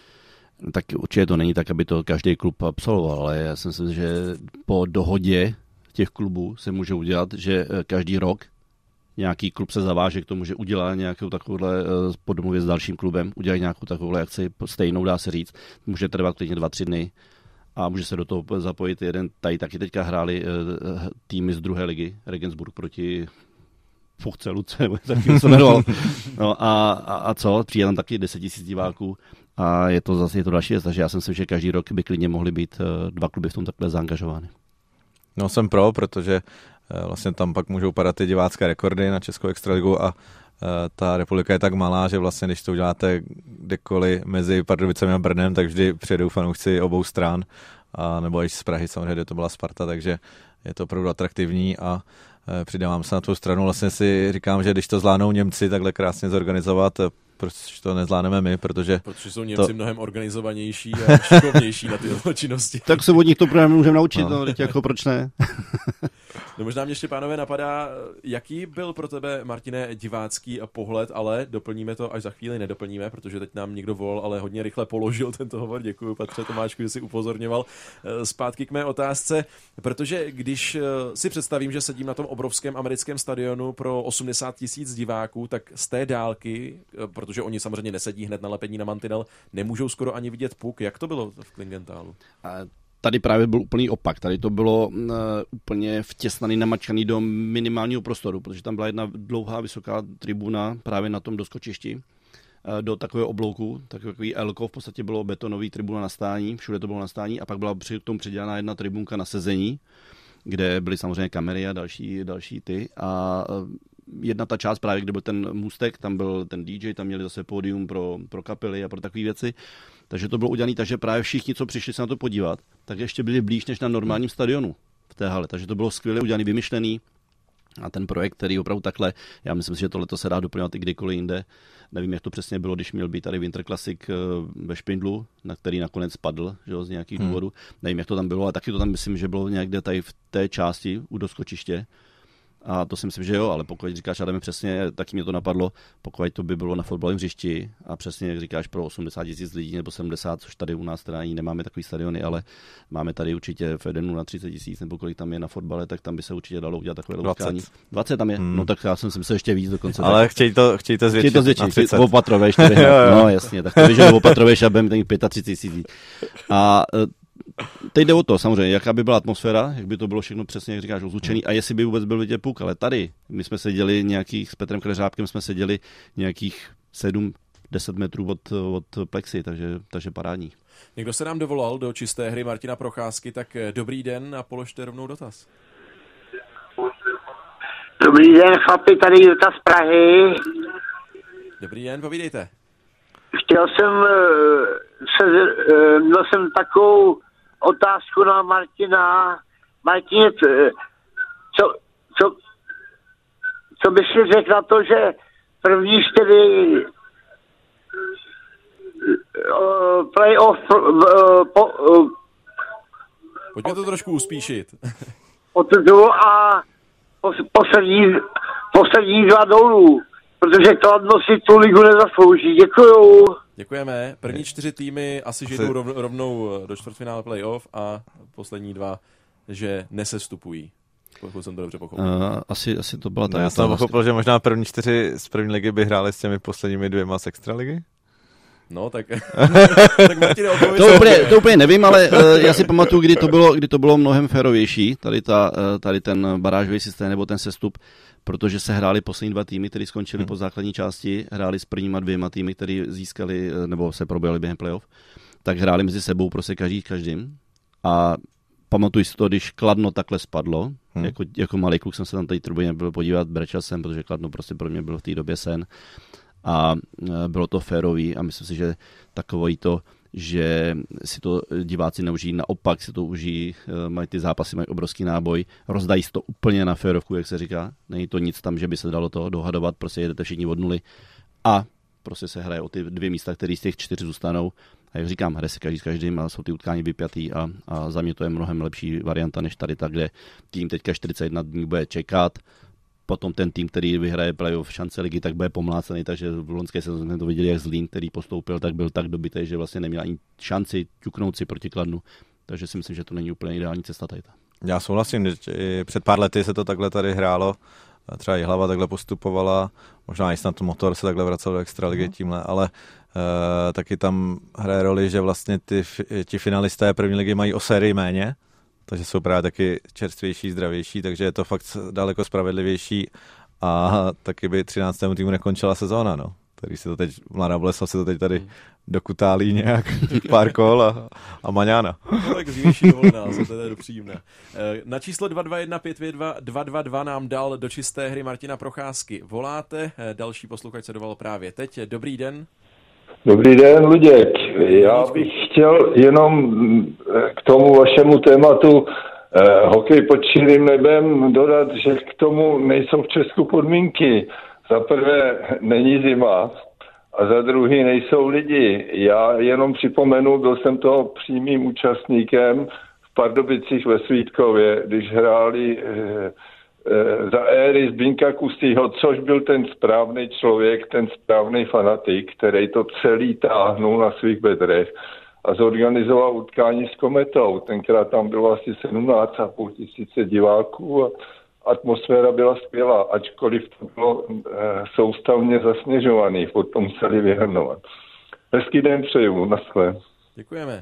Tak určitě to není tak, aby to každý klub absolvoval, ale já si myslím, že po dohodě těch klubů se může udělat, že každý rok nějaký klub se zaváže k tomu, že udělá nějakou takovouhle po domluvě s dalším klubem, udělá nějakou takovouhle akci stejnou, dá se říct. Může trvat klidně 2-3 dny a může se do toho zapojit jeden. Tady taky teďka hráli týmy z druhé ligy, Regensburg proti Fuchce Luce, nebo taky se jmenoval. No a co? Přijde tam taky 10 000 diváků a je to zase další věc, takže já jsem si, že každý rok by klidně mohly být 2 kluby v tom takhle zaangažovány. No jsem pro, protože vlastně tam pak můžou padat ty divácké rekordy na Českou extraligu a ta republika je tak malá, že vlastně když to uděláte kdekoliv mezi Pardubicemi a Brnem, tak vždy přijedou fanoušci obou stran, a nebo i z Prahy samozřejmě, kde to byla Sparta, takže je to opravdu atraktivní a přidávám se na tvou stranu. Vlastně si říkám, že když to zvládnou Němci takhle krásně zorganizovat, proč to nezvládneme my, protože jsou Němci mnohem organizovanější a šikovnější na tyhle činnosti. Tak se od nich to právě můžeme naučit, no jako proč ne? No možná mě ještě, pánové, napadá, jaký byl pro tebe, Martine, divácký pohled, ale doplníme to až za chvíli, nedoplníme, protože teď nám někdo volal, ale hodně rychle položil tento hovor. Děkuji, Petře Tomáčku, že jsi upozorňoval. Zpátky k mé otázce, protože když si představím, že sedím na tom obrovském americkém stadionu pro 80 000 diváků, tak z té dálky, protože oni samozřejmě nesedí hned na lepení na mantinel, nemůžou skoro ani vidět puk. Jak to bylo v Klingentálu? Tady právě byl úplný opak. Tady to bylo úplně vtěsnaný, namačkaný do minimálního prostoru, protože tam byla jedna dlouhá, vysoká tribuna právě na tom doskočišti do takového oblouku, takový L-ko, v podstatě bylo betonový tribuna na stání, všude to bylo na stání a pak byla při tom předělaná jedna tribunka na sezení, kde byly samozřejmě kamery a další ty a jedna ta část právě, kde byl ten můstek, tam byl ten DJ, tam měli zase pódium pro kapely a pro takové věci. Takže to bylo udělané tak, že právě všichni, co přišli se na to podívat, tak ještě byli blíž než na normálním stadionu v té hale. Takže to bylo skvěle udělané, vymyšlený. A ten projekt, který opravdu takhle, já myslím si, že tohle se dá doplňovat i kdykoliv jinde. Nevím, jak to přesně bylo, když měl být tady Winter Classic ve Špindlu, na který nakonec padl, že jo, z nějakých důvodů. Nevím, jak to tam bylo, ale taky to tam myslím, že bylo někde tady v té části u doskočiště. A to si myslím, že jo, ale pokud říkáš, Adame, přesně, taky mě to napadlo, pokud to by bylo na fotbalovém hřišti a přesně, jak říkáš, pro 80 000 lidí nebo 70, což tady u nás teda ani nemáme takový stadiony, ale máme tady určitě v Edenu na 30 000, nebo kolik tam je na fotbale, tak tam by se určitě dalo udělat takové utkání. 20 tam je, no tak já jsem si myslel ještě víc dokonce. Ale tak. chtějí to zvětšit. Opatroveš, no jasně, tak to víš, že opatroveš a budeme mít 35 000. A teď jde o to samozřejmě, jaká by byla atmosféra, jak by to bylo všechno přesně, jak říkáš, rozlučený a jestli by vůbec byl vidět puk, ale tady, my jsme seděli nějakých, s Petrem Kleřábkem jsme seděli nějakých 7-10 metrů od plexy, takže parádní. Někdo se nám dovolal do čisté hry Martina Procházky, tak dobrý den a položte rovnou dotaz. Dobrý den, chlapi, tady Juta z Prahy. Dobrý den, povídejte. Měl jsem takovou otázku na Martina. Martin, co bys si řekl na to, že první 4 playoff Pojďme to trošku uspíšit. a poslední 2 dolů, protože Kladno si tu ligu nezaslouží. Děkuju. Děkujeme. První 4 týmy asi jdou rovnou do čtvrtfinále playoff a poslední 2, že nesestupují. Pokud jsem to dobře pochopil. Asi to byla ta. Já jsem pochopil, že možná první 4 z první ligy by hráli s těmi posledními 2 z extraligy. No, tak Martine, to úplně nevím, ale já si pamatuju, kdy to bylo mnohem férovější, tady ten barážový systém nebo ten sestup, protože se hráli poslední 2 týmy, které skončili po základní části, hráli s prvníma 2 týmy, které získali nebo se probojili během playoff, tak hráli mezi sebou prostě každým. A pamatuju si to, když Kladno takhle spadlo, jako malý kluk jsem se tam tady trubině byl podívat, brečel jsem, protože Kladno prostě pro mě byl v té době sen. A bylo to férový a myslím si, že takový to, že si to diváci neužijí, naopak si to užijí, mají ty zápasy, mají obrovský náboj, rozdají si to úplně na férovku, jak se říká, není to nic tam, že by se dalo to dohadovat, prostě jedete všichni od nuly a prostě se hraje o ty 2 místa, které z těch 4 zůstanou. A jak říkám, hraje se každý s každým a jsou ty utkání vypjatý a za mě to je mnohem lepší varianta, než tady tak, kde tým teďka 41 dní bude čekat. Potom ten tým, který vyhraje playoff šance ligy, tak bude pomlácený, takže v loňské sezóně jsme to viděli, jak Zlín, který postoupil, tak byl tak dobitý, že vlastně neměl ani šanci ťuknout si proti Kladnu. Takže si myslím, že to není úplně ideální cesta tady. Já souhlasím, že před pár lety se to takhle tady hrálo, třeba Jihlava takhle postupovala, možná i snad Motor se takhle vracel do extraligy tímhle, ale taky tam hraje roli, že vlastně ti finalisté první ligy mají o sérii méně, takže jsou právě taky čerstvější, zdravější, takže je to fakt daleko spravedlivější a taky by 13. týmu nekončila sezóna, no. Který si to teď, Mladá Boleslav si to teď tady dokutálí nějak pár kol a maňána. No tak zimnější dovolená, to je příjemné. Na číslo 221-522-222 nám dal do čisté hry Martina Procházky. Voláte, další posluchač se dovolal právě teď. Dobrý den. Dobrý den, Luděk. Já bych chtěl jenom k tomu vašemu tématu hokej pod čirým nebem dodat, že k tomu nejsou v Česku podmínky. Za prvé není zima a za druhý nejsou lidi. Já jenom připomenu, byl jsem toho přímým účastníkem v Pardubicích ve Svítkově, když hráli za éry Zbyňka Kustýho, což byl ten správný člověk, ten správný fanatik, který to celý táhnul na svých bedrech a zorganizoval utkání s Kometou. Tenkrát tam bylo asi 17,5 tisíce diváků a atmosféra byla skvělá, ačkoliv to bylo soustavně zasněžovaný, potom museli vyhrnovat. Hezký den přeju, naschle. Děkujeme.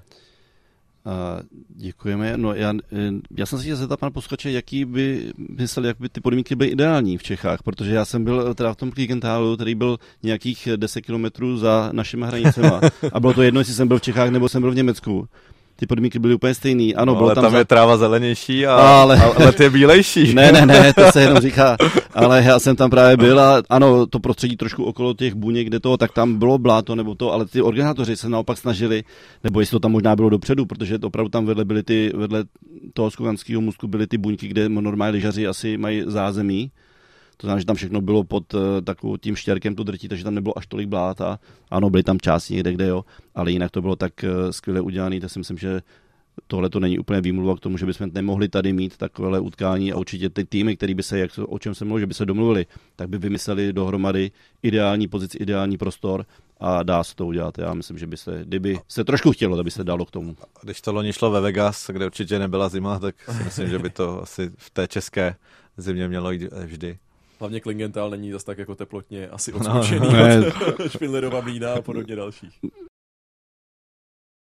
Děkujeme. No já jsem si chtěl zeptat pana posluchače, jaký by myslel, jak by ty podmínky byly ideální v Čechách, protože já jsem byl teda v tom Klingentálu, který byl nějakých 10 kilometrů za našimi hranicema a bylo to jedno, jestli jsem byl v Čechách nebo jsem byl v Německu. Ty podmínky byly úplně stejný. Ano, no, ale tam je tráva zelenější a let je bílejší. Ne, to se jenom říká. Ale já jsem tam právě byl a ano, to prostředí trošku okolo těch buněk, kde to, tak tam bylo bláto nebo to, ale ty organizátoři se naopak snažili, nebo jestli to tam možná bylo dopředu, protože opravdu tam vedle toho skokanského můstku byly ty buňky, kde normální lyžaři asi mají zázemí. To znamená, že tam všechno bylo pod takovým tím štěrkem to drtí, takže tam nebylo až tolik blát a ano, byly tam části někde, kde jo, ale jinak to bylo tak skvěle udělané, tak si myslím, že tohle to není úplně výmluva k tomu, že bychom nemohli tady mít takovéhle utkání a určitě ty týmy, které by se, o čem se mluvilo, že by se domluvili, tak by vymysleli dohromady ideální pozici, ideální prostor a dá se to udělat. Já myslím, že by se, kdyby se trošku chtělo, tak by se dalo k tomu. Když to loni šlo ve Vegas, kde určitě nebyla zima, tak si myslím, že by to asi v té české zimě mělo jít vždy. Hlavně Klingenthal není zas tak jako teplotně asi odslučený od Špindlerova mlýna a podobně dalších.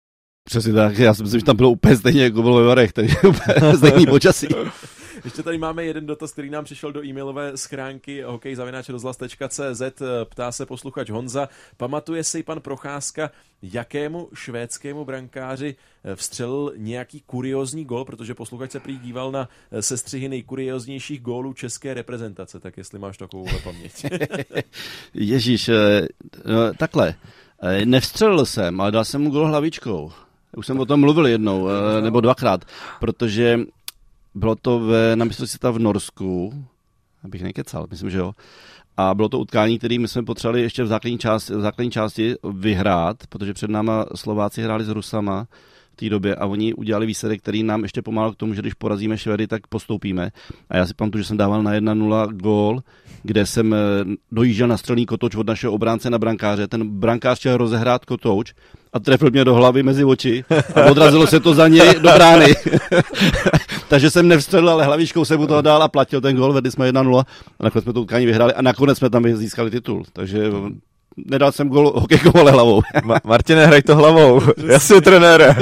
Přesně tak, já si myslím, že tam bylo úplně stejně, jako bylo ve Varech, takže úplně stejný počasí. Ještě tady máme jeden dotaz, který nám přišel do e-mailové schránky hokej@rozhlas.cz. Ptá se posluchač Honza, pamatuje si pan Procházka, jakému švédskému brankáři vstřelil nějaký kuriózní gól, protože posluchač se prý díval na sestřihy nejkurióznějších gólů české reprezentace, tak jestli máš takovouhle paměť. Ježíš, takhle, nevstřelil jsem, ale dal jsem mu gól hlavičkou. Už jsem o tom mluvil jednou, nebo dvakrát, protože bylo to na mistrovství světa v Norsku, abych nekecal, myslím, že jo. A bylo to utkání, které my jsme potřebovali ještě v základní části vyhrát, protože před náma Slováci hráli s Rusama v té době a oni udělali výsledek, který nám ještě pomáhal k tomu, že když porazíme Švédy, tak postoupíme. A já si pamatuju, že jsem dával na 1-0 gól, kde jsem dojížděl na střelný kotouč od našeho obránce na brankáře. Ten brankář chtěl rozehrát kotouč a trefil mě do hlavy mezi oči a odrazilo se to za něj do brány. Takže jsem nevstřelil, ale hlavičkou jsem mu toho dál a platil ten gól, vedli jsme 1-0 a nakonec jsme to utkání vyhráli a nakonec jsme tam získali titul. Takže nedal jsem gól hokejkou, ale hlavou. Martine, hraj to hlavou. Jasně, trenére.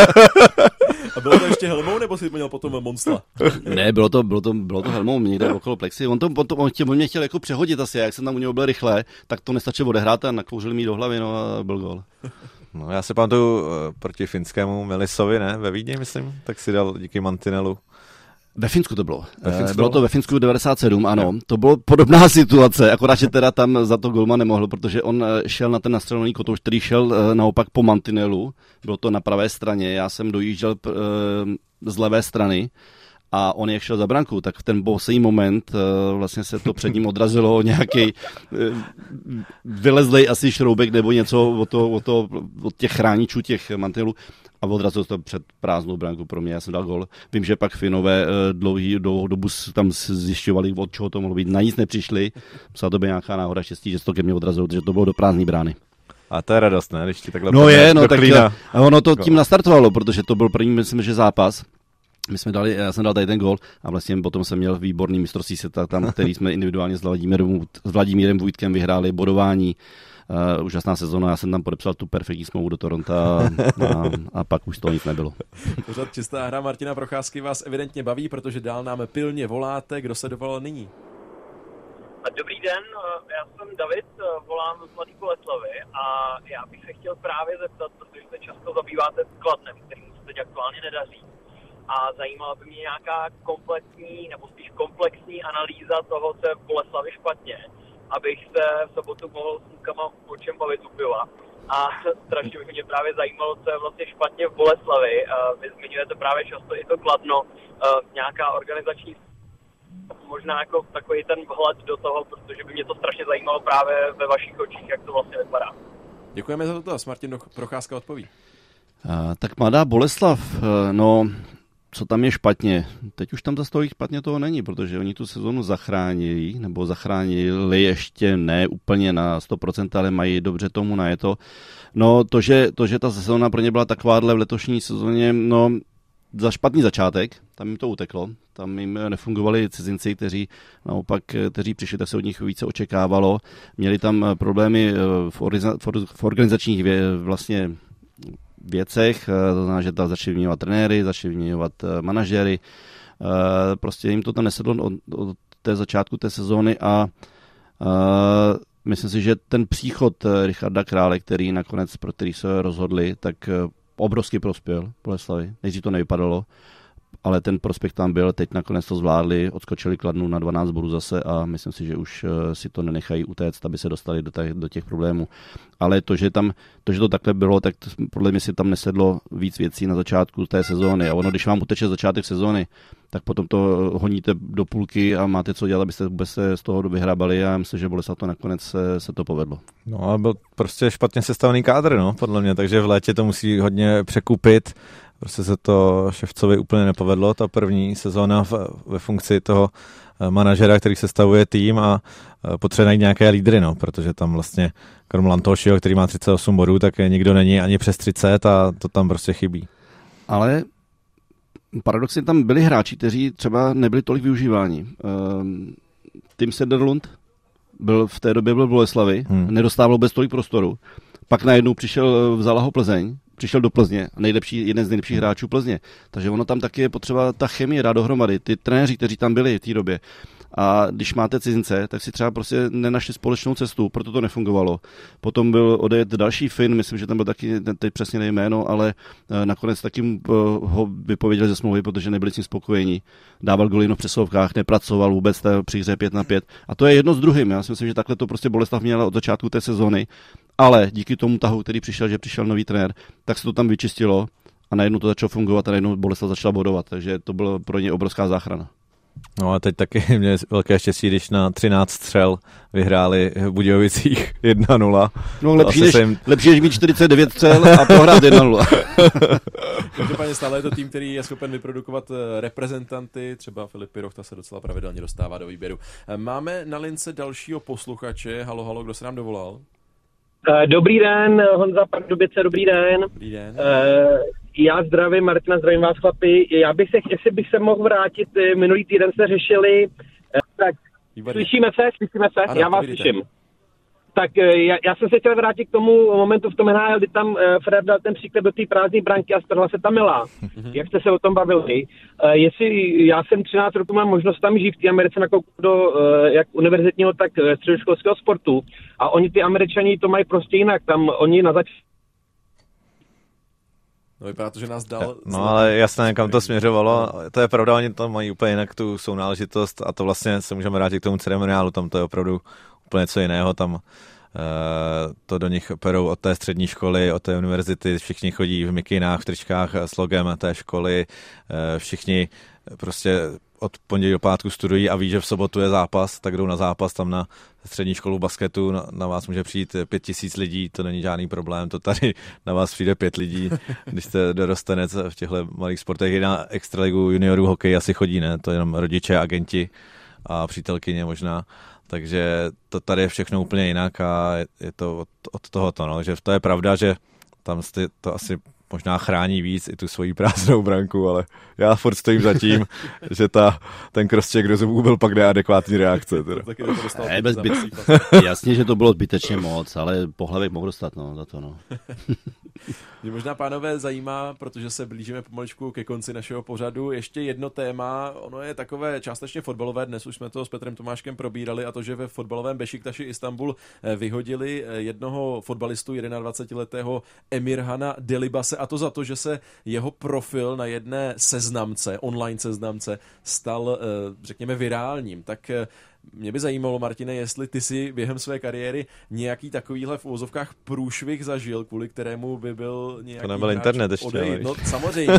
A bylo to ještě helmou, nebo jsi měl potom Monstla? Ne, bylo to helmou někde okolo plexy. On mě chtěl jako přehodit asi, jak jsem tam u něho byl rychle, tak to nestačilo odehrát a nakouřil mi do hlavy, no a byl gól. No, já se pamatuju proti finskému Melisovi, ne? Ve Vídni, myslím, tak si dal díky mantinelu. Ve Finsku to bylo. Bylo to ve Finsku 97, ano. To bylo podobná situace, akorát, že teda tam za to golman nemohl, protože on šel na ten nastřelený kotouč, který šel naopak po mantinelu. Bylo to na pravé straně, já jsem dojížděl z levé strany a on jak šel za branku, tak v ten poslední moment vlastně se to před ním odrazilo o nějaký vylezlej asi šroubek nebo něco od těch chráničů, těch mantinelů a odrazilo to před prázdnou branku pro mě. Já jsem dal gol. Vím, že pak Finové dlouhou dobu tam zjišťovali, od čeho to mohlo být. Na nic nepřišli. Musela to být nějaká náhoda štěstí, že se to ke mně odrazilo, protože to bylo do prázdné brány. A to je radost, ne? Když ti takhle tak ono to tím nastartovalo, protože to byl první, myslím, že zápas. Já jsem dal tady ten gól a vlastně potom jsem měl výborný mistrovství světa tam, který jsme individuálně s Vladimírem Vujtkem vyhráli bodování. Úžasná sezóna, já jsem tam podepsal tu perfektní smlouvu do Toronto a pak už to nic nebylo. Pořád Čistá hra Martina Procházky vás evidentně baví, protože dál nám pilně voláte. Kdo se dovolal nyní? Dobrý den, já jsem David, volám z Mladé Boleslavi a já bych se chtěl právě zeptat, protože se často zabýváte Kladnem, kterým se teď aktuálně nedaří. A zajímala by mě nějaká kompletní, nebo spíš komplexní analýza toho, co je v Boleslavi špatně, abych se v sobotu mohl s klukama o čem bavit u piva. A strašně by mě právě zajímalo, co je vlastně špatně v Boleslavi. Vy zmiňujete právě často i to Kladno, nějaká organizační, možná jako takový ten vhled do toho, protože by mě to strašně zajímalo právě ve vašich očích, jak to vlastně vypadá. Děkujeme za to, Martin Procházka odpoví. Tak Mladá Boleslav, co tam je špatně? Teď už tam za toho špatně toho není, protože oni tu sezonu zachránili ještě ne úplně na 100%, ale mají dobře tomu najeto. No to, že ta sezona pro ně byla takováhle v letošní sezóně, za špatný začátek, tam jim to uteklo, tam jim nefungovali cizinci, kteří přišli, tak se od nich více očekávalo. Měli tam problémy v organizačních vlastně věcech, to znamená, že začali vyměňovat trenéry, začali vyměňovat manažery, prostě jim to tam nesedlo od té začátku té sezóny a myslím si, že ten příchod Richarda Krále, který nakonec, pro který se rozhodli, tak obrovský prospěl Boleslavi. Nejdřív to nevypadalo, ale ten prospekt tam byl, teď nakonec to zvládli, odskočili Kladnu na 12 bodů zase a myslím si, že už si to nenechají utéct, aby se dostali do těch problémů. Ale to, že to takhle bylo, tak podle mě si tam nesedlo víc věcí na začátku té sezóny. A ono, když vám uteče začátek sezóny, tak potom to honíte do půlky a máte co dělat, abyste vůbec se z toho vyhrabali a myslím, že Boleslav to nakonec se to povedlo. No a byl prostě špatně sestavený kádr, podle mě, takže v létě to musí hodně překupit. Prostě se to Ševcovi úplně nepovedlo, ta první sezóna ve funkci toho manažera, který sestavuje tým a potřebuje najít nějaké lídry, protože tam vlastně krom Lantošiho, který má 38 bodů, tak nikdo není ani přes 30 a to tam prostě chybí. Ale paradoxně tam byli hráči, kteří třeba nebyli tolik využíváni. Tim Sederlund v té době byl v Boleslavi, nedostával vůbec tolik prostoru, pak najednou vzala ho Plzeň, přišel do Plzně, jeden z nejlepších hráčů Plzně. Takže ono tam taky je potřeba ta chemie dát dohromady. Ty trenéři, kteří tam byli v té době. A když máte cizince, tak si třeba prostě nenašli společnou cestu, proto to nefungovalo. Potom byl odjet další Fin, myslím, že tam byl taky, teď přesně nevím jméno, ale nakonec taky ho vypověděli ze smlouvy, protože nebyli s ním spokojení. Dával goly v přesilovkách, nepracoval vůbec při hře 5-5. A to je jedno s druhým. Já si myslím, že takhle to prostě Boleslav měla od začátku té sezóny, ale díky tomu tahu, který přišel, že přišel nový trenér, tak se to tam vyčistilo a najednou to začalo fungovat a najednou Boleslav začala bodovat, takže to bylo pro ně obrovská záchrana. No a teď taky měli velké štěstí, když na 13 střel vyhráli v Budějovicích 1-0. No lepší než mít 49 střel a prohrát 1-0. Každopádně stále je to tým, který je schopen vyprodukovat reprezentanty, třeba Filip Pirochta se docela pravidelně dostává do výběru. Máme na lince dalšího posluchače. Halo, kdo se nám dovolal? Dobrý den, Honza Pardubice, dobrý den. Dobrý den. Já zdravím Martina, zdravím vás chlapi. Jestli bych se mohl vrátit, minulý týden se řešili, tak slyšíme se, ano, já vás slyším. Tak já jsem se chtěl vrátit k tomu momentu v tom NHL, kdy tam Fred dal ten příklad do té prázdné branky a strhla se ta milá. Jak jste se o tom bavili? Jestli já jsem 13 roku mám možnost tam žít v té Americe nakouknout do jak univerzitního, tak středoškolského sportu a oni ty Američani to mají prostě jinak. Tam oni na No vypadá to, že nás dal... No ale jasně, kam to směřovalo. To je pravda, oni tam mají úplně jinak tu sounáležitost a to vlastně se můžeme vrátit k tomu ceremoniálu, tam to je opravdu úplně něco jiného, tam to do nich perou od té střední školy, od té univerzity, všichni chodí v mikinách, v tričkách s logem té školy, všichni prostě od pondělí do pátku studují a ví, že v sobotu je zápas, tak jdou na zápas tam na střední školu basketu, na vás může přijít 5000 lidí, to není žádný problém, to tady na vás přijde 5 lidí, když jste dorostenec v těchto malých sportech. I na extraligu juniorů hokej asi chodí, ne? To je jenom rodiče, agenti a přítelkyně možná. Takže to tady je všechno úplně jinak a je to od tohoto, no. Že to je pravda, že tam to asi možná chrání víc i tu svoji prázdnou branku, ale já furt stojím za tím, že ten crosscheck do zubů byl pak neadekvátní reakce. Jasně, že to bylo zbytečně moc, ale pohlavek mohl dostat, no, za to, no. Mě možná, pánové, zajímá, protože se blížíme pomaličku ke konci našeho pořadu, ještě jedno téma, ono je takové částečně fotbalové, dnes už jsme to s Petrem Tomáškem probírali a to, že ve fotbalovém Bešiktaši Istanbul vyhodili jednoho fotbalistu 21letého Emirhana Delibase a to za to, že se jeho profil na jedné seznamce, online seznamce stal, řekněme, virálním. Tak mě by zajímalo, Martine, jestli ty si během své kariéry nějaký takovýhle v uvozovkách průšvih zažil, kvůli kterému by byl nějaký to nebyl internet ještě. No samozřejmě.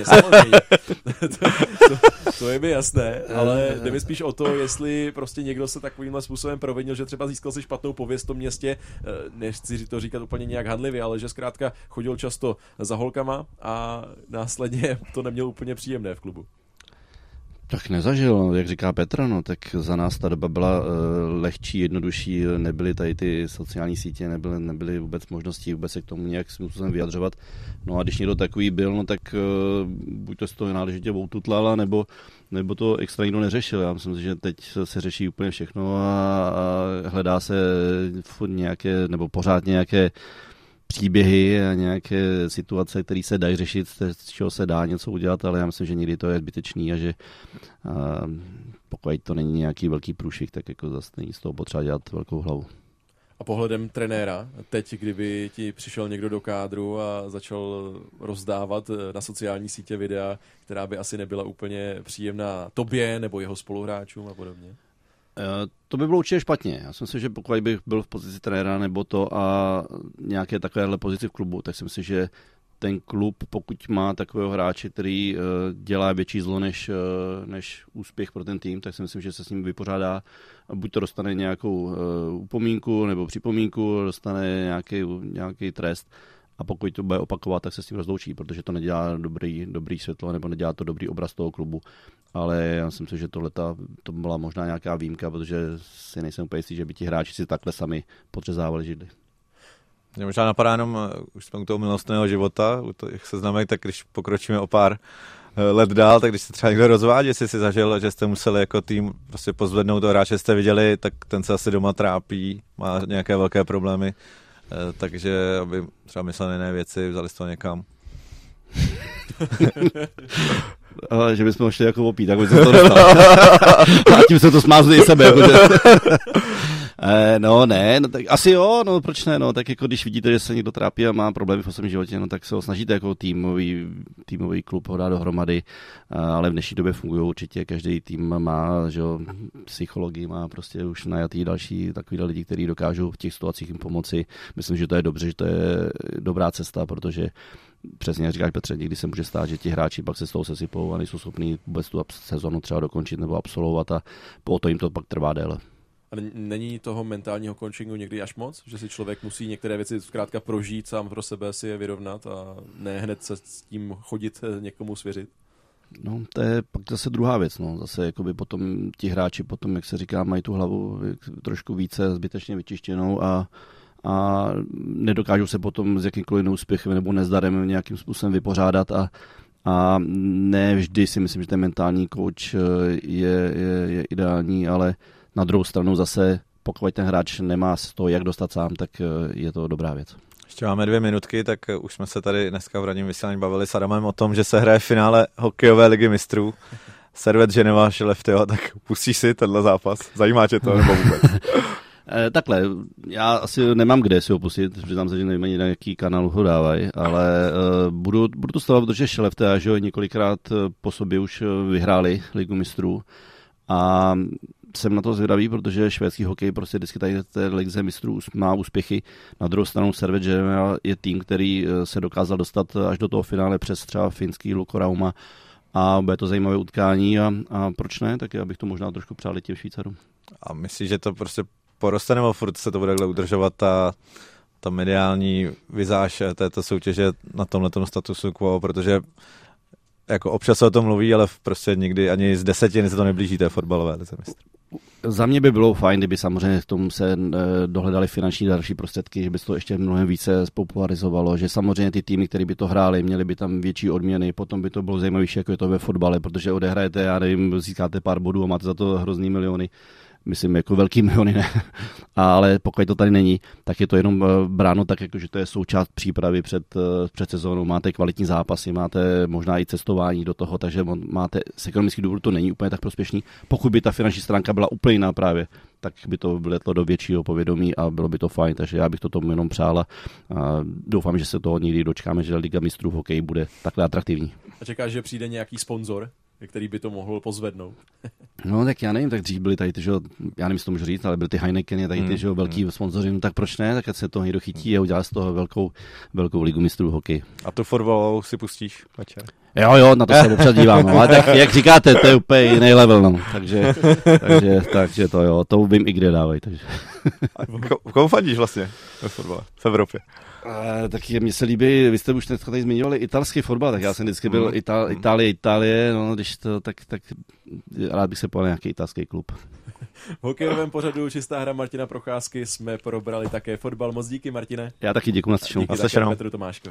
To je mi jasné, ale jde mi spíš o to, jestli prostě někdo se takovýmhle způsobem provinil, že třeba získal si špatnou pověst v tom městě, nechci to říkat úplně nějak hanlivě, ale že zkrátka chodil často za holkama a následně to neměl úplně příjemné v klubu. Tak nezažil, jak říká Petr, no, tak za nás ta doba byla lehčí, jednodušší, nebyly tady ty sociální sítě, nebyly vůbec možnosti vůbec se k tomu nějak způsobem vyjadřovat. No a když někdo takový byl, no tak buď to z toho náležitě oututlala, nebo to extra nikdo neřešil. Já myslím, že teď se řeší úplně všechno a hledá se nějaké, nebo pořád nějaké příběhy a nějaké situace, které se dají řešit, z čeho se dá něco udělat, ale já myslím, že někdy to je zbytečný a že pokud to není nějaký velký průšvih, tak jako zase není z toho potřeba dělat velkou hlavu. A pohledem trenéra, teď, kdyby ti přišel někdo do kádru a začal rozdávat na sociální sítě videa, která by asi nebyla úplně příjemná tobě nebo jeho spoluhráčům a podobně? To by bylo určitě špatně. Já si myslím, že pokud bych byl v pozici trenéra nebo to a nějaké takovéhle pozici v klubu, tak si myslím, že ten klub, pokud má takového hráče, který dělá větší zlo než úspěch pro ten tým, tak si myslím, že se s ním vypořádá. Buď to dostane nějakou upomínku nebo připomínku, dostane nějaký trest. A pokud to bude opakovat, tak se s tím rozloučí, protože to nedělá dobrý světlo nebo nedělá to dobrý obraz toho klubu. Ale já myslím si, že to byla možná nějaká výjimka, protože si nejsem úplně jistý, že by ti hráči si takhle sami podřezávali židli. Mě možná napadá jenom, už jsme u toho milostného života, jak se známe, tak když pokročíme o pár let dál, tak když se třeba někdo rozvádí, jestli si zažil, že jste museli jako tým prostě pozvednout toho hráče, jste viděli, tak ten se asi doma trápí, má nějaké velké problémy, takže aby třeba myslel jiné věci, vzali z toho někam. Že bychom ho šli jako opít, tak by se to dostal. A tím se to smázli i sebe. Jakože. No tak asi jo, no proč ne, no tak jako když vidíte, že se někdo trápí a má problémy v osobním životě, no tak se ho snažíte jako týmový klub ho dát dohromady, ale v dnešní době fungují určitě, každý tým má, že jo, psychologii, má prostě už najatý další takovýhle lidi, kteří dokážou v těch situacích jim pomoci. Myslím, že to je dobře, že to je dobrá cesta, protože přesně jak říkáš, Petře, někdy se může stát, že ti hráči pak se z toho sesypou a nejsou schopní vůbec tu sezonu třeba dokončit nebo absolvovat a po to jim to pak trvá déle. A není toho mentálního coachingu někdy až moc? Že si člověk musí některé věci zkrátka prožít sám pro sebe, si je vyrovnat a ne hned se s tím chodit někomu svěřit? No, to je pak zase druhá věc. No. Zase jakoby potom ti hráči potom, jak se říká, mají tu hlavu trošku více zbytečně vyčištěnou a nedokážou se potom s jakýmkoliv neúspěchem nebo nezdarem nějakým způsobem vypořádat a ne vždy si myslím, že ten mentální coach je ideální, ale na druhou stranu zase, pokud ten hráč nemá z toho, jak dostat sám, tak je to dobrá věc. Ještě máme 2 minutky, tak už jsme se tady dneska v ranním vysílání bavili s Adamem o tom, že se hraje v finále hokejové ligy mistrů. Servet Ženeva Šeleftyho, tak pustíš si tenhle zápas? Zajímá tě to nebo vůbec? Takhle, já asi nemám kde si ho pustit, přiznám se, že nevím, na jaký kanál ho dávají, ale budu to stavovat, protože Šelefta, že několikrát po sobě už vyhráli ligu mistrů a jsem na to zvědavý, protože švédský hokej prostě vždycky tady té lize mistrů má úspěchy. Na druhou stranu Servet Ženeva je tým, který se dokázal dostat až do toho finále přes třeba finský Lukko Rauma a bude to zajímavé utkání a proč ne, tak já bych to možná trošku přál těm Švýcarům. A myslíš, že to prostě poroste nebo furt se to bude udržovat ta mediální vizáž této soutěže na tomhletom statusu quo, protože jako občas se o tom mluví, ale prostě nikdy ani z 10 se to neblíží té fotbalové lize mistrů. Za mě by bylo fajn, kdyby samozřejmě v tom se dohledali finanční další prostředky, že by se to ještě mnohem více spopularizovalo, že samozřejmě ty týmy, které by to hrály, měly by tam větší odměny, potom by to bylo zajímavější, jako je to ve fotbale, protože odehrajete, já nevím, získáte pár bodů a máte za to hrozný miliony. Myslím, jako velký miliony ne, ale pokud to tady není, tak je to jenom bráno tak, jako, že to je součást přípravy před sezónou, máte kvalitní zápasy, máte možná i cestování do toho, takže máte z ekonomických důvodů to není úplně tak prospěšný. Pokud by ta finanční stránka byla úplně jiná právě, tak by to vletlo do většího povědomí a bylo by to fajn, takže já bych to tomu jenom přál a doufám, že se toho někdy dočkáme, že Liga mistrů v hokeji bude takhle atraktivní. A čekáš, že přijde nějaký sponzor, který by to mohl pozvednout? No tak já nevím, tak dřív byli tady ty, že já nevím, jestli to můžu říct, ale byly ty Heineken, tady ty, že velký sponzoři, no tak proč ne, tak se to někdo chytí a udělá z toho velkou ligu mistrů hokej. A tu fotbalovou si pustíš večer? Jo, na to se občas dívám, no. Ale tak jak říkáte, to je úplně jiný level, no. takže to jo, to vím i kde dávají, takže. Komu fandíš vlastně ve fotbale v Evropě? Tak mně se líbí, vy jste už dneska tady zmiňovali italský fotbal, tak já jsem vždycky byl Itálie, no když to, tak rád bych se pojel nějaký italský klub. V hokejovém pořadu Čistá hra Martina Procházky jsme probrali také fotbal. Moc díky, Martine. Já taky děkuji, naslyšenou. Díky také Petru Tomáškovi.